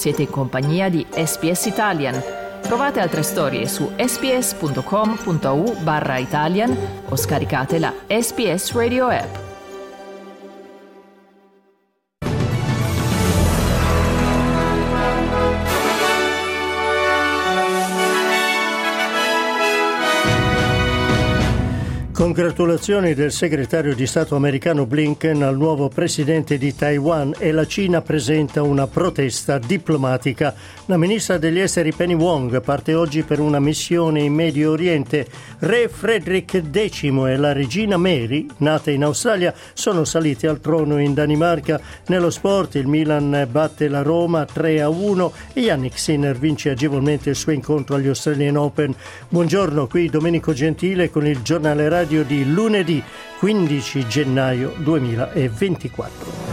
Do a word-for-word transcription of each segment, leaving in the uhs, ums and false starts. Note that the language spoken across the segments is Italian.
Siete in compagnia di S B S Italian. Trovate altre storie su sbs.com.au barra Italian o scaricate la S B S Radio app. Congratulazioni del segretario di Stato americano Blinken al nuovo presidente di Taiwan e la Cina presenta una protesta diplomatica. La ministra degli esteri Penny Wong parte oggi per una missione in Medio Oriente. Re Frederick decimo e la regina Mary, nate in Australia, sono saliti al trono in Danimarca. Nello sport il Milan batte la Roma tre a uno e Jannik Sinner vince agevolmente il suo incontro agli Australian Open. Buongiorno, qui Domenico Gentile con il giornale radio di lunedì quindici gennaio duemilaventiquattro.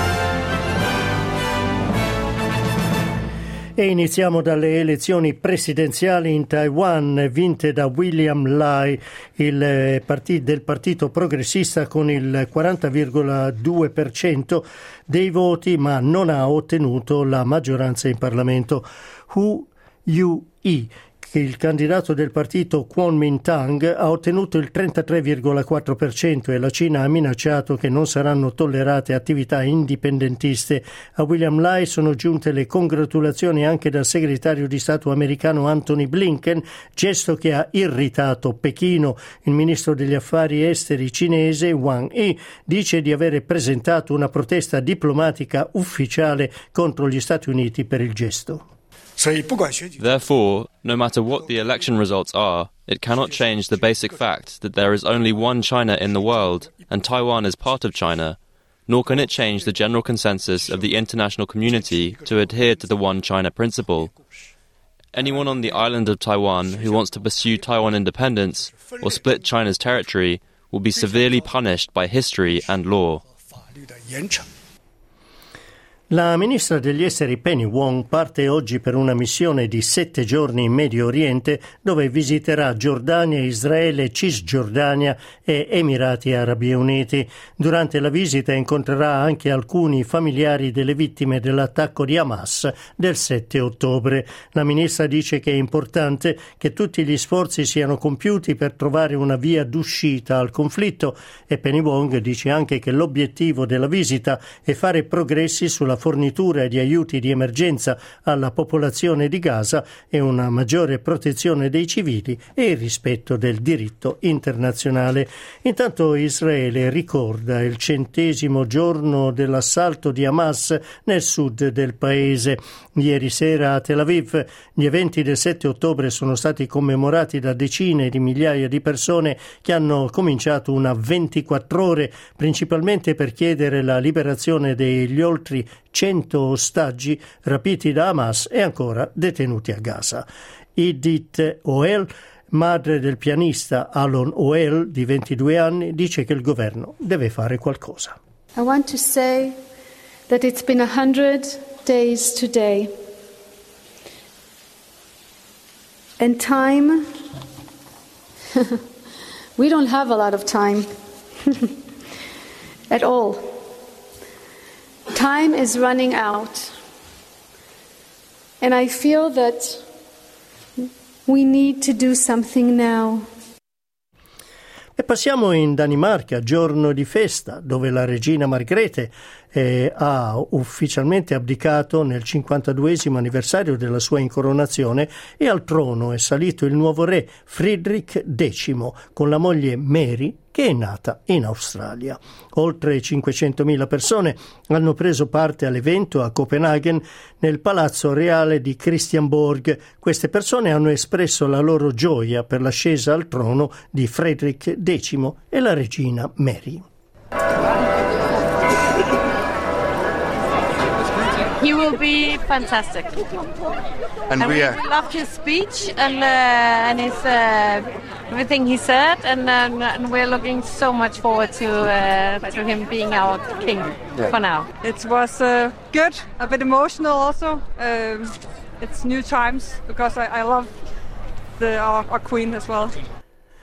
E iniziamo dalle elezioni presidenziali in Taiwan vinte da William Lai il partito, del partito progressista con il quaranta virgola due per cento dei voti, ma non ha ottenuto la maggioranza in Parlamento. Hu Yu-i, il candidato del partito Kuomintang, ha ottenuto il trentatré virgola quattro per cento e la Cina ha minacciato che non saranno tollerate attività indipendentiste. A William Lai sono giunte le congratulazioni anche dal segretario di Stato americano Antony Blinken, gesto che ha irritato Pechino. Il ministro degli affari esteri cinese Wang Yi dice di avere presentato una protesta diplomatica ufficiale contro gli Stati Uniti per il gesto. Therefore, no matter what the election results are, it cannot change the basic fact that there is only one China in the world, and Taiwan is part of China, nor can it change the general consensus of the international community to adhere to the one China principle. Anyone on the island of Taiwan who wants to pursue Taiwan independence or split China's territory will be severely punished by history and law. La ministra degli esteri Penny Wong parte oggi per una missione di sette giorni in Medio Oriente dove visiterà Giordania, Israele, Cisgiordania e Emirati Arabi Uniti. Durante la visita incontrerà anche alcuni familiari delle vittime dell'attacco di Hamas del sette ottobre. La ministra dice che è importante che tutti gli sforzi siano compiuti per trovare una via d'uscita al conflitto e Penny Wong dice anche che l'obiettivo della visita è fare progressi sulla fornitura di aiuti di emergenza alla popolazione di Gaza e una maggiore protezione dei civili e il rispetto del diritto internazionale. Intanto Israele ricorda il centesimo giorno dell'assalto di Hamas nel sud del paese. Ieri sera a Tel Aviv gli eventi del sette ottobre sono stati commemorati da decine di migliaia di persone che hanno cominciato una ventiquattro ore, principalmente per chiedere la liberazione degli oltre cento ostaggi rapiti da Hamas e ancora detenuti a Gaza. Edith Oel, madre del pianista Alon Oel di ventidue anni, dice che il governo deve fare qualcosa. I want to say that it's been a hundred days today. And time, we don't have a lot of time at all. Time is running out, and I feel that we need to do something now. E passiamo in Danimarca, giorno di festa, dove la regina Margrethe eh, ha ufficialmente abdicato nel cinquantaduesimo anniversario della sua incoronazione e al trono è salito il nuovo re Frederick decimo con la moglie Mary, che è nata in Australia. Oltre cinquecentomila persone hanno preso parte all'evento a Copenaghen nel Palazzo Reale di Christiansborg. Queste persone hanno espresso la loro gioia per l'ascesa al trono di Frederick decimo e la regina Mary. He will be fantastic. And, and we, we, uh, we loved his speech and uh, and his uh, everything he said, and, um, and we're looking so much forward to uh, to him being our king yeah. for now. It was uh, good, a bit emotional also. Um, it's new times because I, I love the our, our queen as well.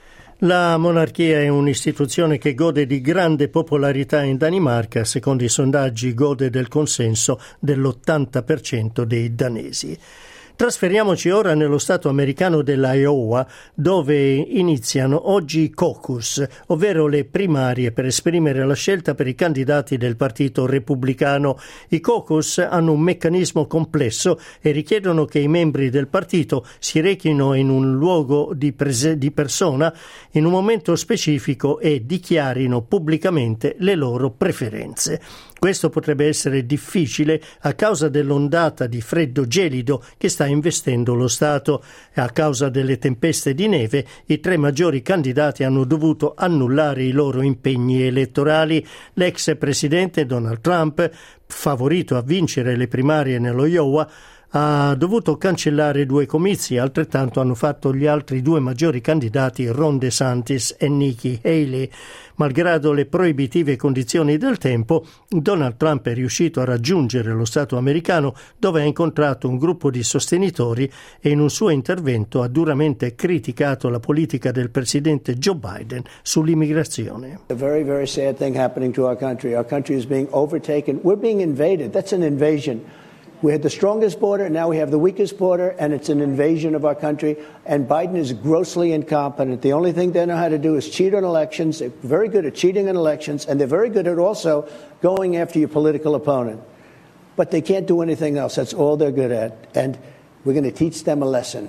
La monarchia è un'istituzione che gode di grande popolarità in Danimarca, secondo i sondaggi gode del consenso dell'ottanta per cento dei danesi. Trasferiamoci ora nello stato americano dell'Iowa, dove iniziano oggi i caucus, ovvero le primarie per esprimere la scelta per i candidati del Partito Repubblicano. I caucus hanno un meccanismo complesso e richiedono che i membri del partito si rechino in un luogo di, prese- di persona in un momento specifico e dichiarino pubblicamente le loro preferenze. Questo potrebbe essere difficile a causa dell'ondata di freddo gelido che sta investendo lo Stato e a causa delle tempeste di neve. I tre maggiori candidati hanno dovuto annullare i loro impegni elettorali. L'ex presidente Donald Trump, favorito a vincere le primarie nello Iowa, ha dovuto cancellare due comizi, altrettanto hanno fatto gli altri due maggiori candidati Ron DeSantis e Nikki Haley. Malgrado le proibitive condizioni del tempo, Donald Trump è riuscito a raggiungere lo Stato americano, dove ha incontrato un gruppo di sostenitori e in un suo intervento ha duramente criticato la politica del presidente Joe Biden sull'immigrazione. A very, very sad thing happening to our country. Our country is being overtaken. We're being invaded. That's an invasion. We had the strongest border, now we have the weakest border, and it's an invasion of our country. And Biden is grossly incompetent. The only thing they know how to do is cheat on elections. They're very good at cheating on elections, and they're very good at also going after your political opponent. But they can't do anything else. That's all they're good at. And we're going to teach them a lesson.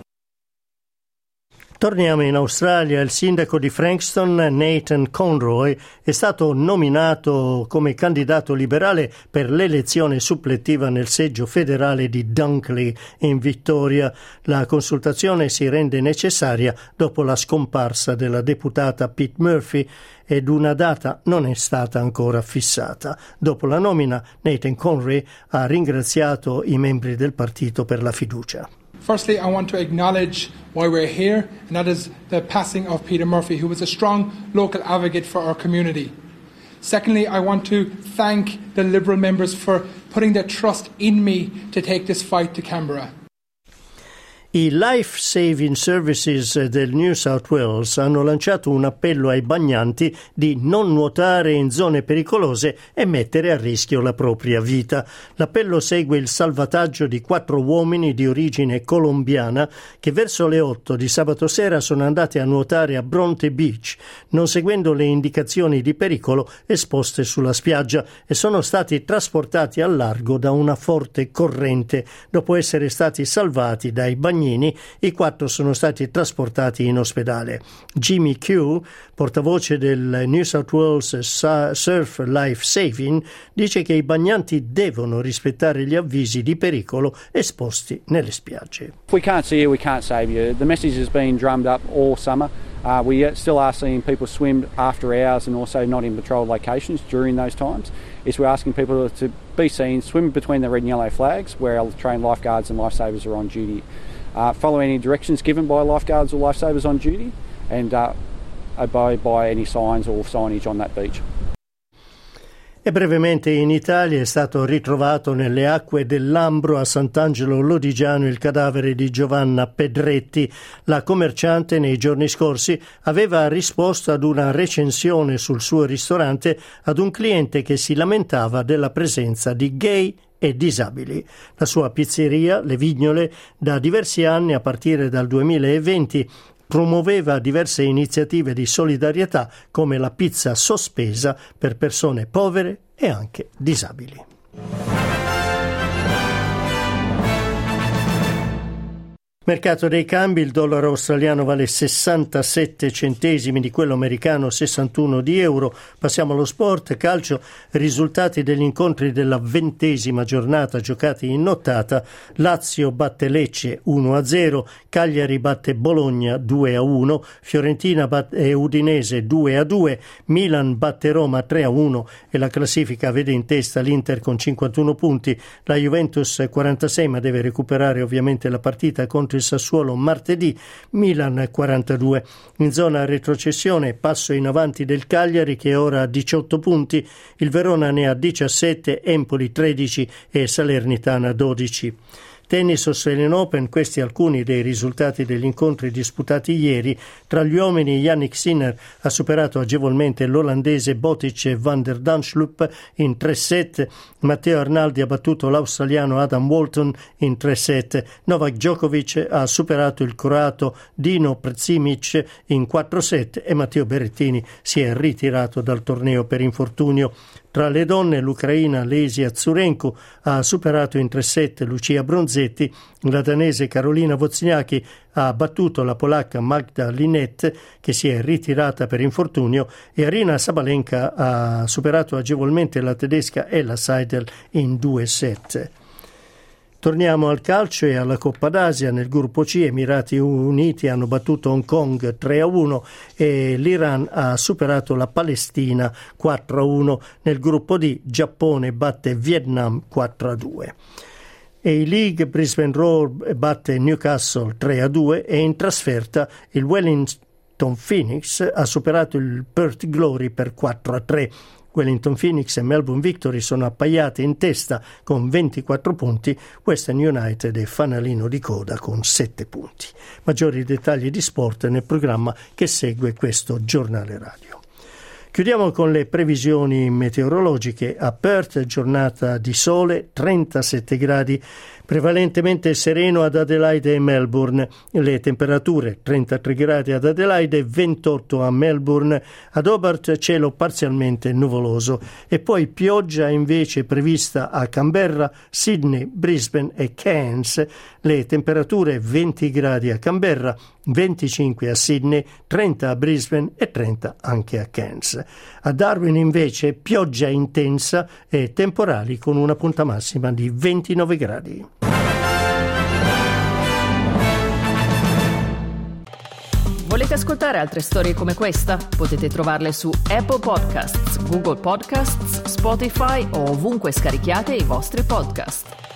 Torniamo in Australia. Il sindaco di Frankston, Nathan Conroy, è stato nominato come candidato liberale per l'elezione suppletiva nel seggio federale di Dunkley in Vittoria. La consultazione si rende necessaria dopo la scomparsa della deputata Pete Murphy ed una data non è stata ancora fissata. Dopo la nomina, Nathan Conroy ha ringraziato i membri del partito per la fiducia. Firstly, I want to acknowledge why we're here, and that is the passing of Peter Murphy, who was a strong local advocate for our community. Secondly, I want to thank the Liberal members for putting their trust in me to take this fight to Canberra. I Life Saving Services del New South Wales hanno lanciato un appello ai bagnanti di non nuotare in zone pericolose e mettere a rischio la propria vita. L'appello segue il salvataggio di quattro uomini di origine colombiana che verso le otto di sabato sera sono andati a nuotare a Bronte Beach, non seguendo le indicazioni di pericolo esposte sulla spiaggia, e sono stati trasportati al largo da una forte corrente. Dopo essere stati salvati dai bagnanti, i quattro sono stati trasportati in ospedale. Jimmy Q, portavoce del New South Wales Surf Life Saving, dice che i bagnanti devono rispettare gli avvisi di pericolo esposti nelle spiagge. If we can't see you, we can't save you. The message has been drummed up all summer. Uh, we still are seeing people swim after hours and also not in patrolled locations during those times. Is we're asking people to be seen swim between the red and yellow flags where our trained lifeguards and lifesavers are on duty. Uh, follow any directions given by lifeguards or lifesavers on duty, and uh, obey by any signs or signage on that beach. E brevemente in Italia è stato ritrovato nelle acque del Lambro a Sant'Angelo Lodigiano il cadavere di Giovanna Pedretti. La commerciante nei giorni scorsi aveva risposto ad una recensione sul suo ristorante ad un cliente che si lamentava della presenza di gay e disabili. La sua pizzeria, Le Vignole, da diversi anni, a partire dal duemilaventi, promuoveva diverse iniziative di solidarietà come la pizza sospesa per persone povere e anche disabili. Mercato dei cambi: il dollaro australiano vale sessantasette centesimi di quello americano, sessantuno di euro. Passiamo allo sport, calcio, risultati degli incontri della ventesima giornata giocati in nottata. Lazio batte Lecce uno a zero, Cagliari batte Bologna due a uno, Fiorentina batte Udinese due a due, Milan batte Roma tre a uno e la classifica vede in testa l'Inter con cinquantuno punti, la Juventus quarantasei, ma deve recuperare ovviamente la partita contro il Sassuolo martedì. Milan quarantadue. In zona retrocessione, passo in avanti del Cagliari che ora ha diciotto punti, il Verona ne ha diciassette, Empoli tredici e Salernitana dodici. Tennis Australian Open, questi alcuni dei risultati degli incontri disputati ieri. Tra gli uomini Yannick Sinner ha superato agevolmente l'olandese Botic e Van der Danschlup in tre set, Matteo Arnaldi ha battuto l'australiano Adam Walton in tre set, Novak Djokovic ha superato il croato Dino Prezimic in quattro set e Matteo Berrettini si è ritirato dal torneo per infortunio. Tra le donne l'ucraina Lesia Tsurenko ha superato in tre set Lucia Bronzetti, la danese Carolina Wozniacki ha battuto la polacca Magda Linette che si è ritirata per infortunio e Aryna Sabalenka ha superato agevolmente la tedesca Ella Seidel in due set. Torniamo al calcio e alla Coppa d'Asia. Nel gruppo C Emirati Uniti hanno battuto Hong Kong tre a uno e l'Iran ha superato la Palestina quattro a uno. Nel gruppo D Giappone batte Vietnam quattro a due. A-League Brisbane Roar batte Newcastle tre a due e in trasferta il Wellington Phoenix ha superato il Perth Glory per quattro a tre. Wellington Phoenix e Melbourne Victory sono appaiate in testa con ventiquattro punti, Western United è fanalino di coda con sette punti. Maggiori dettagli di sport nel programma che segue questo giornale radio. Chiudiamo con le previsioni meteorologiche. A Perth giornata di sole, trentasette gradi, prevalentemente sereno ad Adelaide e Melbourne. Le temperature trentatré gradi ad Adelaide, ventotto a Melbourne. Ad Hobart cielo parzialmente nuvoloso e poi pioggia invece prevista a Canberra, Sydney, Brisbane e Cairns. Le temperature venti gradi a Canberra, venticinque a Sydney, trenta a Brisbane e trenta anche a Cairns. A Darwin invece pioggia intensa e temporali con una punta massima di ventinove gradi. Volete ascoltare altre storie come questa? Potete trovarle su Apple Podcasts, Google Podcasts, Spotify o ovunque scarichiate i vostri podcast.